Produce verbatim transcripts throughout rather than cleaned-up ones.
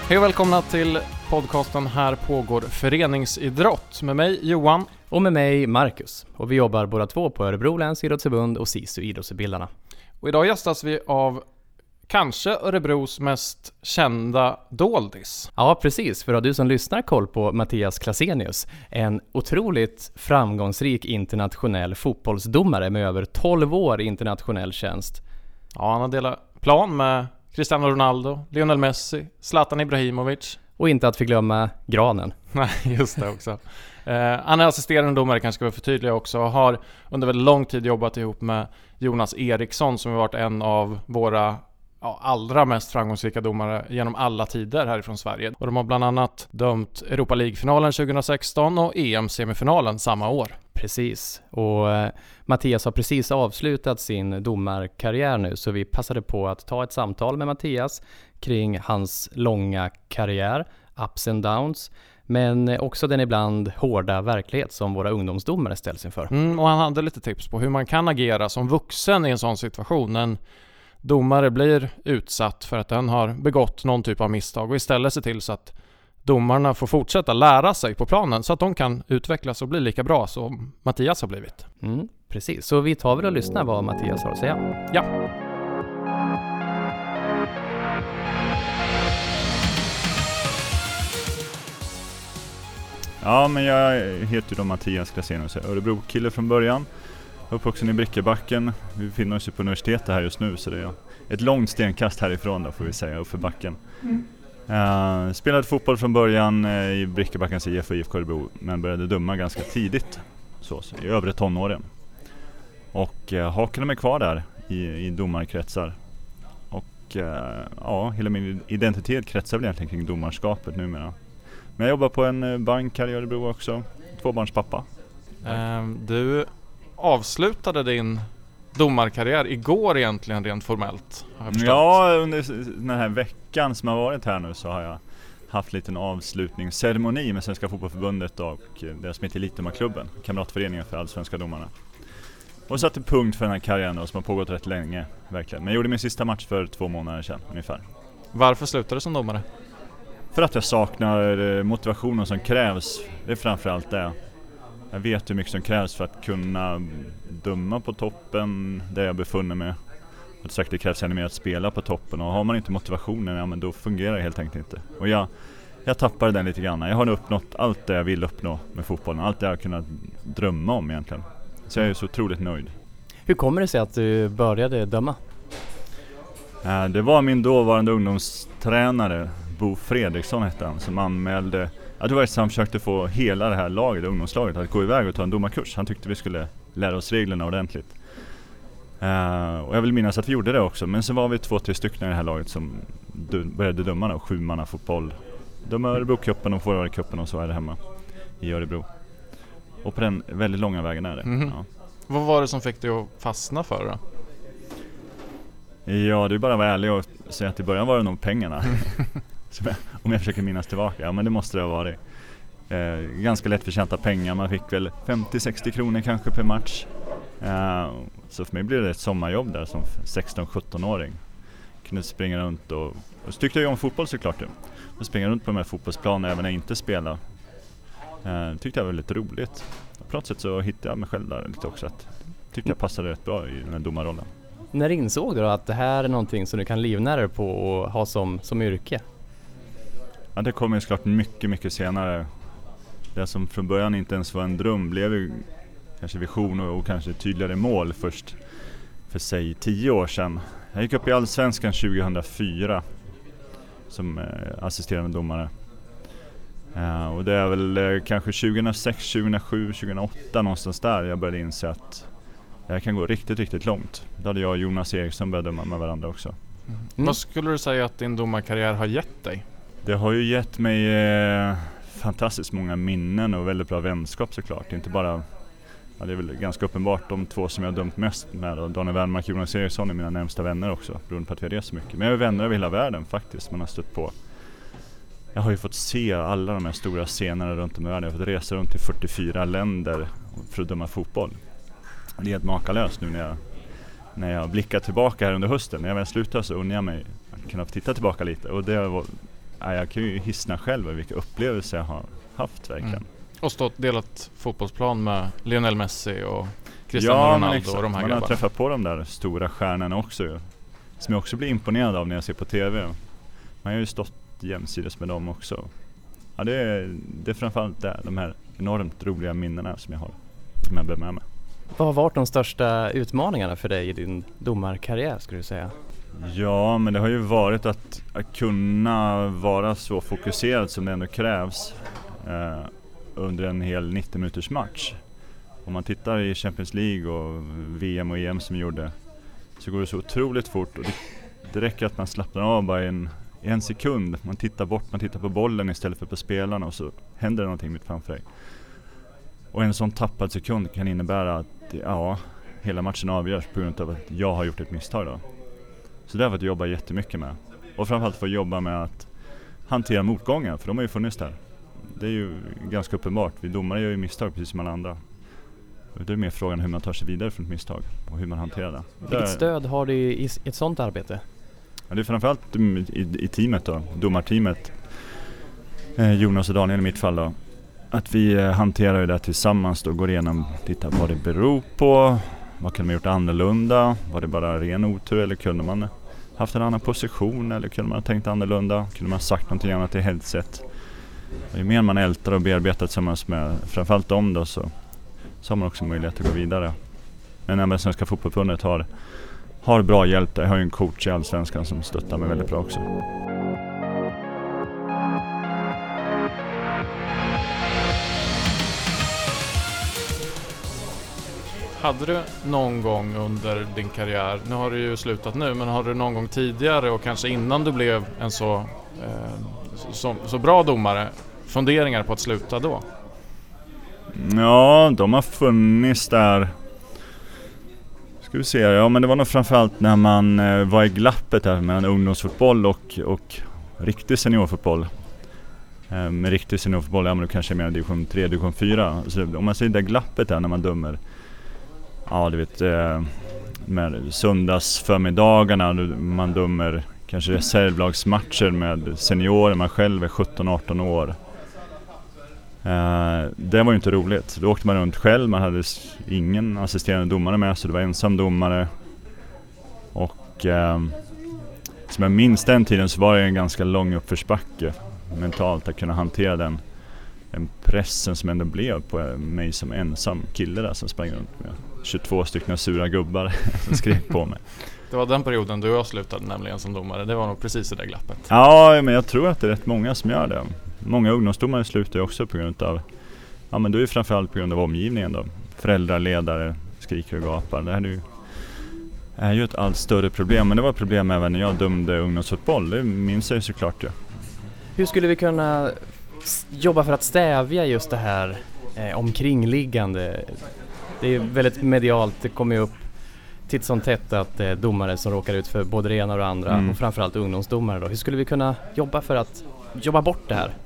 Hej och välkomna till podcasten Här pågår föreningsidrott med mig Johan. Och med mig Marcus. Och vi jobbar båda två på Örebro läns idrottsförbund och SISU idrottsutbildarna. Och idag gästas vi av kanske Örebros mest kända doldis. Ja, precis. För att du som lyssnar koll på Mattias Klasenius, en otroligt framgångsrik internationell fotbollsdomare med över tolv år internationell tjänst. Ja, han har delat plan med Cristiano Ronaldo, Lionel Messi, Zlatan Ibrahimovic. Och inte att förglömma Granen. Nej, just det också. Eh, han är assisterande domare, kanske ska vi förtydliga också, och har under väldigt lång tid jobbat ihop med Jonas Eriksson som har varit en av våra ja, allra mest framgångsrika domare genom alla tider härifrån Sverige. Och de har bland annat dömt Europa League-finalen tjugohundrasexton och E M-semifinalen samma år. Precis, och eh, Mattias har precis avslutat sin domarkarriär nu, så vi passade på att ta ett samtal med Mattias kring hans långa karriär, ups and downs, men också den ibland hårda verklighet som våra ungdomsdomare ställs inför. Mm, och han hade lite tips på hur man kan agera som vuxen i en sån situation. En domare blir utsatt för att den har begått någon typ av misstag och istället se till så att domarna får fortsätta lära sig på planen så att de kan utvecklas och bli lika bra som Mattias har blivit. Mm, precis, så vi tar väl och lyssnar vad Mattias har att säga. Ja. Ja, men jag heter ju då Mattias Klasenius, Örebro-kille från början. Uppvuxen i Brickebacken. Vi befinner oss ju på universitetet här just nu, så det är ett långt stenkast härifrån då, får vi säga, uppför backen. Mm. Uh, spelade fotboll från början uh, i Brickebackens I F och I F K Örebro, men började döma ganska tidigt, så, så, i övre tonåren. Och uh, hakade mig kvar där i, i domarkretsar. Och uh, ja, hela min identitet kretsar väl egentligen kring domarskapet numera. Men jag jobbar på en uh, bank här i Örebro också, tvåbarnspappa. Uh, du avslutade din domarkarriär igår egentligen rent formellt, har jag förstått. Ja, under den här veckan som har varit här nu så har jag haft en liten avslutningsceremoni med Svenska fotbollförbundet och det som heter Elitdomarklubben, kamratföreningen för allsvenska domarna. Och satte punkt för den här karriären då, som har pågått rätt länge, verkligen. Men jag gjorde min sista match för två månader sedan ungefär. Varför slutade du som domare? För att jag saknar motivationen som krävs, det är framförallt det. Jag vet hur mycket som krävs för att kunna döma på toppen där jag befinner mig. Och sagt, det krävs ännu mer att spela på toppen. Och har man inte motivationen, ja, men då fungerar det helt enkelt inte. Och jag, jag tappade den lite grann. Jag har uppnått allt det jag vill uppnå med fotbollen. Allt det jag har kunnat drömma om egentligen. Så jag är så otroligt nöjd. Hur kommer det sig att du började döma? Äh, det var min dåvarande ungdomstränare, Bo Fredriksson hette han, som anmälde. Jag tror att han försökte få hela det här laget, ungdomslaget, att gå iväg och ta en domarkurs. Han tyckte vi skulle lära oss reglerna ordentligt. Uh, och jag vill minnas att vi gjorde det också. Men så var vi två, tre stycken i det här laget som du, började döma då, sju manna fotboll. Döma Örebro-cupen och Forward-cupen och så är det hemma i Örebro. Och på den väldigt långa vägen är det. Mm. Ja. Vad var det som fick dig att fastna för då? Ja, det är bara att vara ärlig och säga att i början var det nog pengarna. jag, om jag försöker minnas tillbaka. Ja, men det måste det ha varit. Eh, ganska lättförtjänta pengar. Man fick väl femtio till sextio kronor kanske per match. Eh, så för mig blev det ett sommarjobb där som sexton-sjutton-åring. Kunde springa runt och, och så tyckte jag om fotboll såklart. Och springa runt på de här fotbollsplanerna även när jag inte spelade. Eh, tyckte jag var väldigt roligt. Och på något sätt så hittade jag mig själv där lite också. Att, tyckte jag passade rätt bra i den här domarrollen. När insåg du då att det här är någonting som du kan livnära dig på och ha som, som yrke? Ja, det kom ju såklart mycket, mycket senare. Det som från början inte ens var en dröm blev ju kanske vision och, och kanske tydligare mål först för sig tio år sedan. Jag gick upp i Allsvenskan tjugohundrafyra som eh, assisterande domare. Uh, och det är väl eh, kanske tjugohundrasex, tjugohundrasju, tjugohundraåtta någonstans där jag började inse att jag kan gå riktigt, riktigt långt. Då hade jag och Jonas Eriksson började döma med varandra också. Mm. Mm. Vad skulle du säga att din domarkarriär har gett dig? Det har ju gett mig eh, fantastiskt många minnen och väldigt bra vänskap såklart. Inte bara, ja, det är väl ganska uppenbart de två som jag har dömt mest med. Och Daniel Wernmark och Jonas Eriksson är mina närmsta vänner också, beroende på att vi har rest så mycket. Men jag är vänner över hela världen faktiskt, man har stött på. Jag har ju fått se alla de här stora scenerna runt om i världen. Jag har fått resa runt till fyrtiofyra länder för att döma fotboll. Det är helt makalöst nu när jag, när jag blickar tillbaka här under hösten. När jag väl slutar så undrar jag mig att kunna titta tillbaka lite. Och det var ja, jag kan ju hissna själv vilka upplevelser jag har haft verkligen. Mm. Och stått delat fotbollsplan med Lionel Messi och Cristiano ja, Ronaldo exakt. och de här Man grabbarna. har träffat på de där stora stjärnorna också ju, som jag också blir imponerad av när jag ser på tv. Man har ju stått jämsides med dem också. Ja, det är, det är framförallt där, de här enormt roliga minnena som jag har, som jag bär med mig. Vad har varit de största utmaningarna för dig i din domarkarriär, skulle du säga? Ja, men det har ju varit att, att kunna vara så fokuserad som det ändå krävs eh, under en hel nittio minuters match. Om man tittar i Champions League och V M och E M som gjorde, så går det så otroligt fort och det, det räcker att man slappnar av bara en, en sekund. Man tittar bort, man tittar på bollen istället för på spelarna och så händer det någonting mitt framför dig. Och en sån tappad sekund kan innebära att ja, hela matchen avgörs på grund av att jag har gjort ett misstag då. Så det har jag fått jobba jättemycket med. Och framförallt få jobba med att hantera motgångar, för de har ju funnits där. Det är ju ganska uppenbart. Vi domare gör ju misstag precis som alla andra. Det är mer frågan hur man tar sig vidare från ett misstag och hur man hanterar det. Vilket det är, stöd har du i ett sånt arbete? Ja, det är framförallt i, i teamet då, domarteamet. Eh, Jonas och Daniel i mitt fall då. Att vi eh, hanterar ju det tillsammans då, går igenom, tittar vad det beror på. Vad kan man gjort annorlunda? Var det bara ren otur eller kunde man haft en annan position eller kunde man ha tänkt annorlunda? Kunde man ha sagt någonting annat i headset? Och ju mer man ältar och bearbetar tillsammans med framförallt dem då, så, så har man också möjlighet att gå vidare. Men även Svenska fotbollsförbundet har, har bra hjälp. Jag har ju en coach i Allsvenskan som stöttar mig väldigt bra också. Hade du någon gång under din karriär, nu har du ju slutat nu, men har du någon gång tidigare och kanske innan du blev en så, eh, så, så bra domare, funderingar på att sluta då? Ja, de har funnits där. Ska vi se, ja men det var nog framförallt när man eh, var i glappet där mellan ungdomsfotboll och, och riktig seniorfotboll. Eh, med riktig seniorfotboll, ja men då kanske är mer division tre, division fyra. Så om man ser det glappet där när man dömer, ja du vet, eh, med söndagsförmiddagarna, man dömer kanske reservlagsmatcher med seniorer, man själv är sjutton arton år. Uh, det var ju inte roligt. Då åkte man runt själv, man hade ingen assisterande domare med, så det var ensam domare. Och uh, som jag minns den tiden så var det en ganska lång uppförsbacke mentalt att kunna hantera den, den pressen som ändå blev på mig som ensam kille där som sprang runt med tjugotvå stycken sura gubbar som skrek på mig. Det var den perioden du avslutade nämligen som domare. Det var nog precis i det glappet. Ja, men jag tror att det är rätt många som gör det. Många ungdomsdomare slutar ju också på grund av, ja men då är ju framförallt på grund av omgivningen då. Föräldrar, ledare, skriker och gapar. Det här är ju, är ju ett allt större problem. Men det var ett problem även när jag dömde ungdomsfotboll. Det minns jag ju såklart ju. Hur skulle vi kunna jobba för att stävja just det här eh, omkringliggande? Det är väldigt medialt, det kommer ju upp titt som tätt att eh, domare som råkar ut för både det ena och det andra, mm. och framförallt ungdomsdomare då. Hur skulle vi kunna jobba för att jobba bort det här?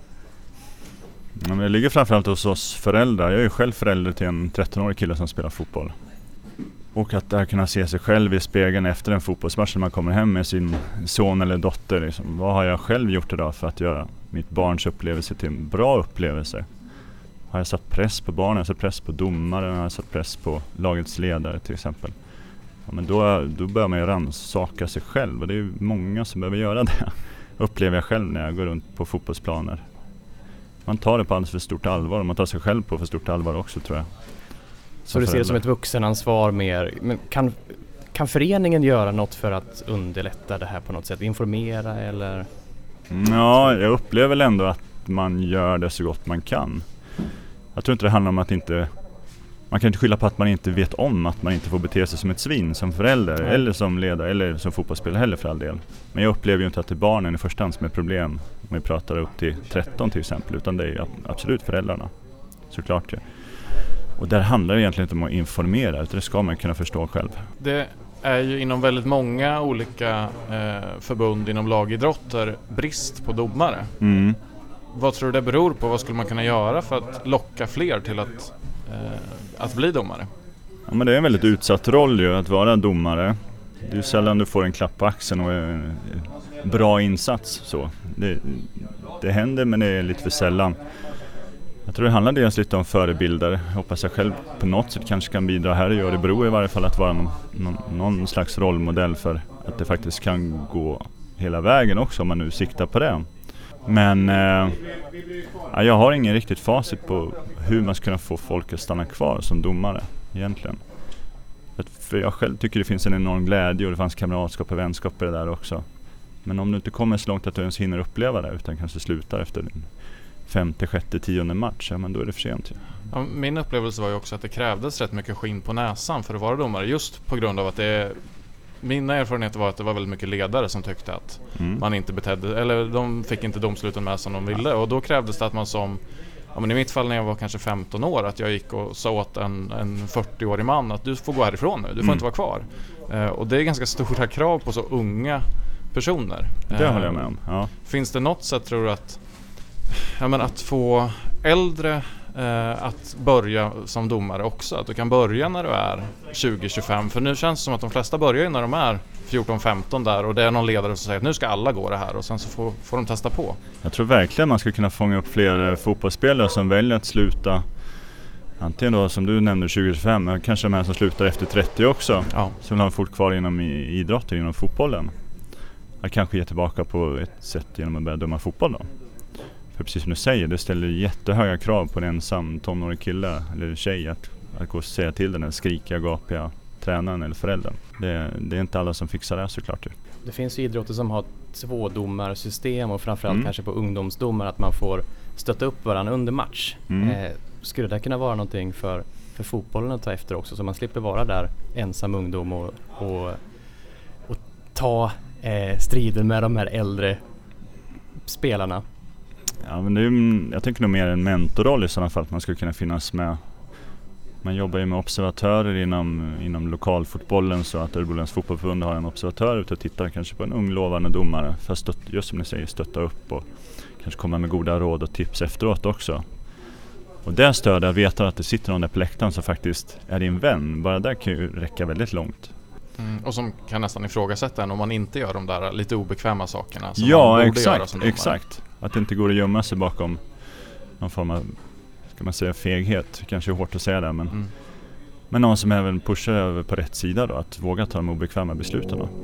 Ja, men det ligger framförallt hos oss föräldrar. Jag är ju själv förälder till en tretton-årig kille som spelar fotboll. Och att där kunna se sig själv i spegeln efter en fotbollsmatch när man kommer hem med sin son eller dotter. Liksom. Vad har jag själv gjort idag för att göra mitt barns upplevelse till en bra upplevelse? Har jag satt press på barnen? Har jag satt press på domaren? Har jag satt press på lagets ledare till exempel? Ja, men då, då börjar man ju rannsaka sig själv. Och det är ju många som behöver göra det. Upplever jag själv när jag går runt på fotbollsplaner. Man tar det på alldeles för stort allvar. Och man tar sig själv på för stort allvar också, tror jag. Så du ser det som ett vuxenansvar mer. Men kan, kan föreningen göra något för att underlätta det här på något sätt? Informera eller? Ja, jag upplever väl ändå att man gör det så gott man kan. Jag tror inte det handlar om att inte... Man kan inte skylla på att man inte vet om att man inte får bete sig som ett svin som förälder, mm. eller som ledare eller som fotbollsspelare heller för all del. Men jag upplever ju inte att det är barnen i första hand som är problem om vi pratar upp till tretton till exempel, utan det är ju absolut föräldrarna. Såklart ju. Och där handlar det egentligen inte om att informera, utan det ska man kunna förstå själv. Det är ju inom väldigt många olika eh, förbund inom lagidrotter brist på domare. Mm. Vad tror du det beror på? Vad skulle man kunna göra för att locka fler till att att bli domare? Ja, men det är en väldigt utsatt roll ju att vara domare. det är sällan du får en klapp på axeln och en bra insats. Så. Det, det händer, men det är lite för sällan. Jag tror det handlar dels lite om förebilder. Jag hoppas jag själv på något sätt kanske kan bidra här i Örebro i varje fall att vara någon, någon, någon slags rollmodell för att det faktiskt kan gå hela vägen också om man nu siktar på det. Men eh, jag har ingen riktigt facit på hur man ska kunna få folk att stanna kvar som domare egentligen. För jag själv tycker det finns en enorm glädje och det fanns kamratskap och vänskap i det där också. Men om du inte kommer så långt att du ens hinner uppleva det utan kanske slutar efter femte, sjätte, tionde match, ja, men då är det för sent. Ja, min upplevelse var ju också att det krävdes rätt mycket skinn på näsan för att vara domare, just på grund av att det, mina erfarenheter var att det var väldigt mycket ledare som tyckte att mm. man inte betedde, eller de fick inte domsluten med som de ville, och då krävdes det att man som, ja, men i mitt fall när jag var kanske femton år, att jag gick och sa åt en, en fyrtio-årig man att du får gå härifrån nu, du får mm. inte vara kvar. Eh, och det är ganska stora krav på så unga personer. Det håller jag med om. Ja. Finns det något sätt, tror du, att, ja, men att få äldre eh, att börja som domare också? Att du kan börja när du är tjugo tjugofem, för nu känns det som att de flesta börjar ju när de är fjorton femton där, och det är någon ledare som säger att nu ska alla gå det här, och sen så får, får de testa på. Jag tror verkligen man ska kunna fånga upp fler fotbollsspelare som väljer att sluta antingen då som du nämnde tjugo tjugofem, men kanske de här som slutar efter trettio också, ja. Som vill ha fort kvar inom idrotten, inom fotbollen. Att kanske ge tillbaka på ett sätt genom att börja döma fotboll då. För precis som du säger, det ställer jättehöga krav på en ensam tonårig kille eller tjej att, att gå och säga till den, skrika, gapiga tränaren eller föräldern. Det, det är inte alla som fixar det såklart. Det finns ju idrotter som har tvådomarsystem och framförallt mm. kanske på ungdomsdomar att man får stötta upp varandra under match. Mm. Eh, skulle det kunna vara någonting för, för fotbollen att ta efter också, så man slipper vara där ensam ungdom och, och, och ta eh, striden med de här äldre spelarna? Ja, men det är, jag tänker nog mer en mentorroll i sådana fall, att man skulle kunna finnas med. Man jobbar ju med observatörer inom, inom lokalfotbollen, så att Örebro läns fotbollsförbund har en observatör ute och tittar kanske på en ung lovande domare för att stötta, just som ni säger, stötta upp och kanske komma med goda råd och tips efteråt också. Och det stödet, vet att det sitter någon där på läktaren som faktiskt är din vän, bara där kan ju räcka väldigt långt. Mm, och som kan nästan ifrågasätta en om man inte gör de där lite obekväma sakerna som ja, man borde exakt, göra som domare. exakt. Att det inte går att gömma sig bakom någon form av, ska man säga, feghet. Kanske är hårt att säga det, men, mm. men någon som även pushar över på rätt sida då, att våga ta de obekväma besluten då.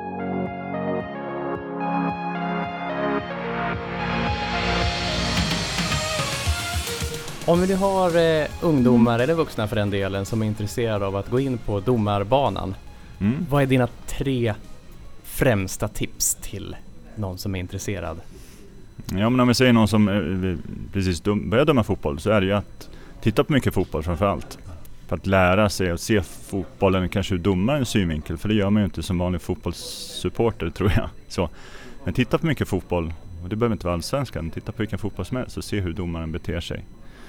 Om du har eh, ungdomar eller vuxna för den delen som är intresserade av att gå in på domarbanan, mm. vad är dina tre främsta tips till någon som är intresserad? Ja, men om vi säger någon som eh, precis dum, börjar döma fotboll, så är det ju att titta på mycket fotboll framför allt. För att lära sig att se fotbollen kanske ur domarens synvinkel, för det gör man ju inte som vanlig fotbollssupporter, tror jag. Så. Men titta på mycket fotboll, och det behöver inte vara allsvenskan, titta på vilken fotboll som helst och se hur domaren beter sig.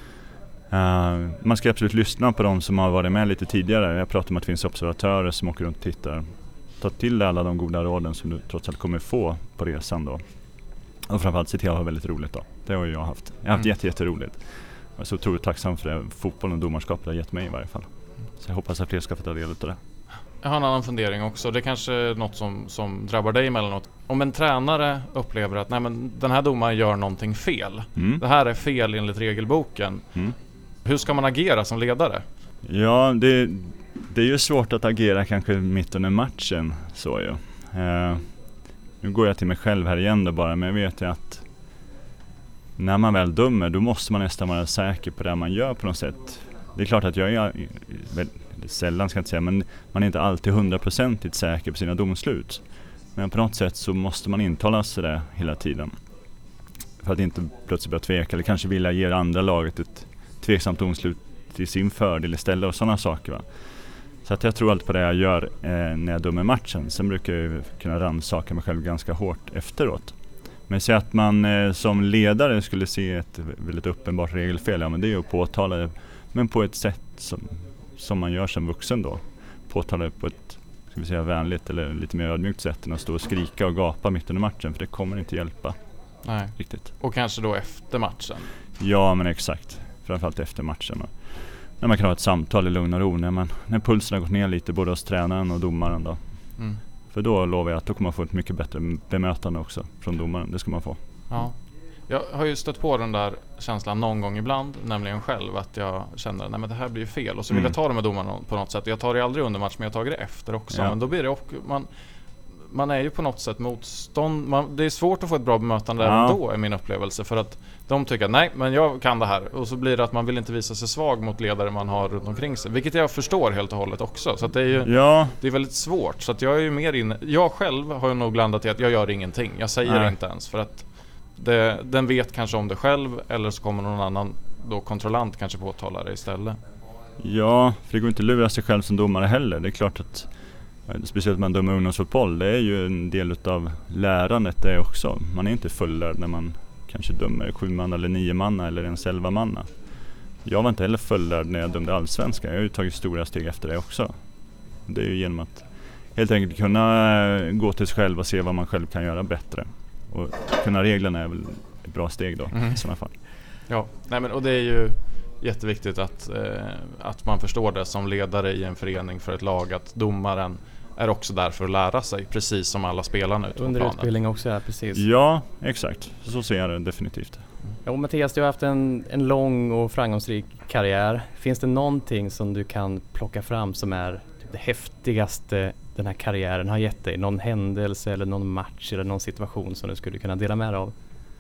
Uh, man ska absolut lyssna på de som har varit med lite tidigare. Jag pratar om att det finns observatörer som åker runt och tittar. Ta till alla de goda råden som du trots allt kommer få på resan då. Och framförallt se till att ha väldigt roligt då. Det har jag haft. Jag har haft mm. jätte, jätteroligt. Jag är så otroligt tacksam för det fotbollen och domarskapet har gett mig i varje fall. Så jag hoppas att fler ska få ta del av det. Jag har en annan fundering också. Det är kanske något som, som drabbar dig emellanåt. Om en tränare upplever att nej, men den här domaren gör någonting fel. Mm. Det här är fel enligt regelboken. Mm. Hur ska man agera som ledare? Ja, det, det är ju svårt att agera kanske mitt under matchen. Så ju. Uh, nu går jag till mig själv här igen då bara, men jag vet ju att när man väl dömer, då måste man nästan vara säker på det man gör på något sätt. Det är klart att jag är väldigt sällan, ska jag inte säga, men man är inte alltid hundraprocentigt säker på sina domslut. Men på något sätt så måste man intala sig det hela tiden. För att inte plötsligt börja tveka, eller kanske vilja ge andra laget ett tveksamt domslut till sin fördel istället och sådana saker, va. Så att jag tror allt på det jag gör eh, när jag dömer matchen. Sen brukar jag kunna rannsaka mig själv ganska hårt efteråt. Men så att man eh, som ledare skulle se ett väldigt uppenbart regelfel, ja, men det är ju att påtala det, men på ett sätt som, som man gör som vuxen då. Påtala det på ett, ska vi säga, vänligt eller lite mer ödmjukt sätt än att stå och skrika och gapa mitt under matchen, för det kommer inte hjälpa. Nej. Riktigt. Och kanske då efter matchen? Ja, men exakt. Framförallt efter matchen. Och när man kan ha ett samtal i lugn och ro, när, man, när pulsen har gått ner lite både hos tränaren och domaren då. Mm. För då lovar jag att då kommer man få ett mycket bättre bemötande också från domaren. Det ska man få. Ja. Jag har ju stött på den där känslan någon gång ibland, nämligen själv, att jag känner nej men det här blir ju fel och så vill Mm. jag ta det med domaren på något sätt. Jag tar det aldrig under match, men jag tar det efter också. Ja. Men då blir det också, man, man är ju på något sätt motstånd. Man, det är svårt att få ett bra bemötande Ja. även då, är min upplevelse, för att de tycker nej men jag kan det här, och så blir det att man vill inte visa sig svag mot ledare man har runt omkring sig, vilket jag förstår helt och hållet också. Så att det är ju Ja, det är väldigt svårt, så att jag är ju mer inne, jag själv har ju nog landat i att jag gör ingenting. Jag säger Nej. inte ens, för att det, den vet kanske om det själv, eller så kommer någon annan då kontrollant kanske påtala det istället. ja, för det går inte att lura sig själv som domare heller. Det är klart att speciellt man dömer ungdomsfotboll, det är ju en del av lärandet det också. Man är inte fullärd när man kanske dömer sju man eller nio manna eller ens elva manna. Jag var inte heller fullärd när jag dömde allsvenska. Jag har ju tagit stora steg efter det också. Det är ju genom att helt enkelt kunna gå till sig själv och se vad man själv kan göra bättre. Och kunna reglerna är väl ett bra steg då Mm. i sådana fall. Ja, nej men, och det är ju jätteviktigt att, eh, att man förstår det som ledare i en förening för ett lag, att domaren är också där för att lära sig, precis som alla spelarna ute på Under planen. utbildning också, ja, precis. Ja, exakt. Så ser jag det definitivt. Ja, Mattias, du har haft en, en lång och framgångsrik karriär. Finns det någonting som du kan plocka fram som är typ det häftigaste den här karriären har gett dig? Någon händelse eller någon match eller någon situation som du skulle kunna dela med dig av?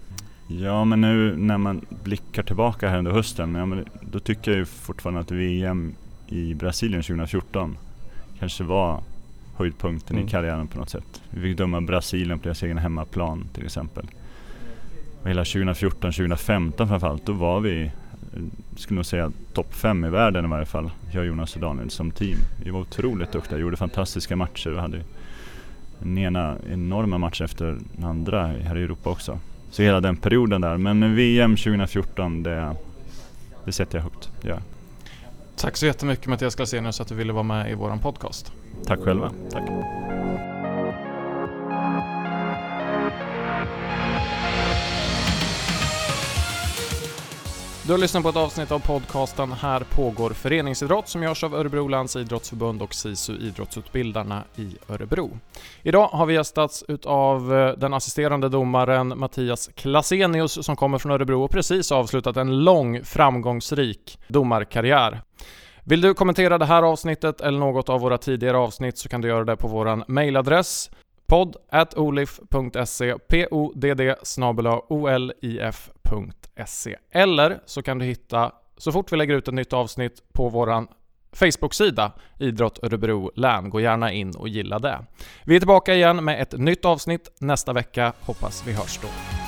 Ja, men nu när man blickar tillbaka här under hösten, ja, men då tycker jag ju fortfarande att V M i Brasilien tjugo fjorton kanske var höjdpunkten Mm. i karriären på något sätt. Vi fick döma Brasilien på deras egen hemmaplan till exempel. Och hela tjugo fjorton tjugo femton framförallt, då var vi, skulle nog säga, topp fem i världen i varje fall. Jag, Jonas och Daniel som team. Vi var otroligt duktiga, gjorde fantastiska matcher. Vi hade en ena enorma matcher efter den andra här i Europa också. Så hela den perioden där. Men V M tjugo fjorton, det, det sätter jag högt. Ja. Tack så jättemycket Mattias Glasenius att du ville vara med i våran podcast. Tack själva. Tack. Du har lyssnat på ett avsnitt av podcasten Här pågår föreningsidrott, som görs av Örebro Läns idrottsförbund och SISU idrottsutbildarna i Örebro. Idag har vi gästats av den assisterande domaren Mattias Glasenius som kommer från Örebro och precis avslutat en lång framgångsrik domarkarriär. Vill du kommentera det här avsnittet eller något av våra tidigare avsnitt så kan du göra det på våran mailadress podd at olif punkt se, podd snabel-a olif punkt se, eller så kan du hitta, så fort vi lägger ut ett nytt avsnitt, på våran Facebook-sida Idrott Örebro län. Gå gärna in och gilla det. Vi är tillbaka igen med ett nytt avsnitt nästa vecka. Hoppas vi hörs då.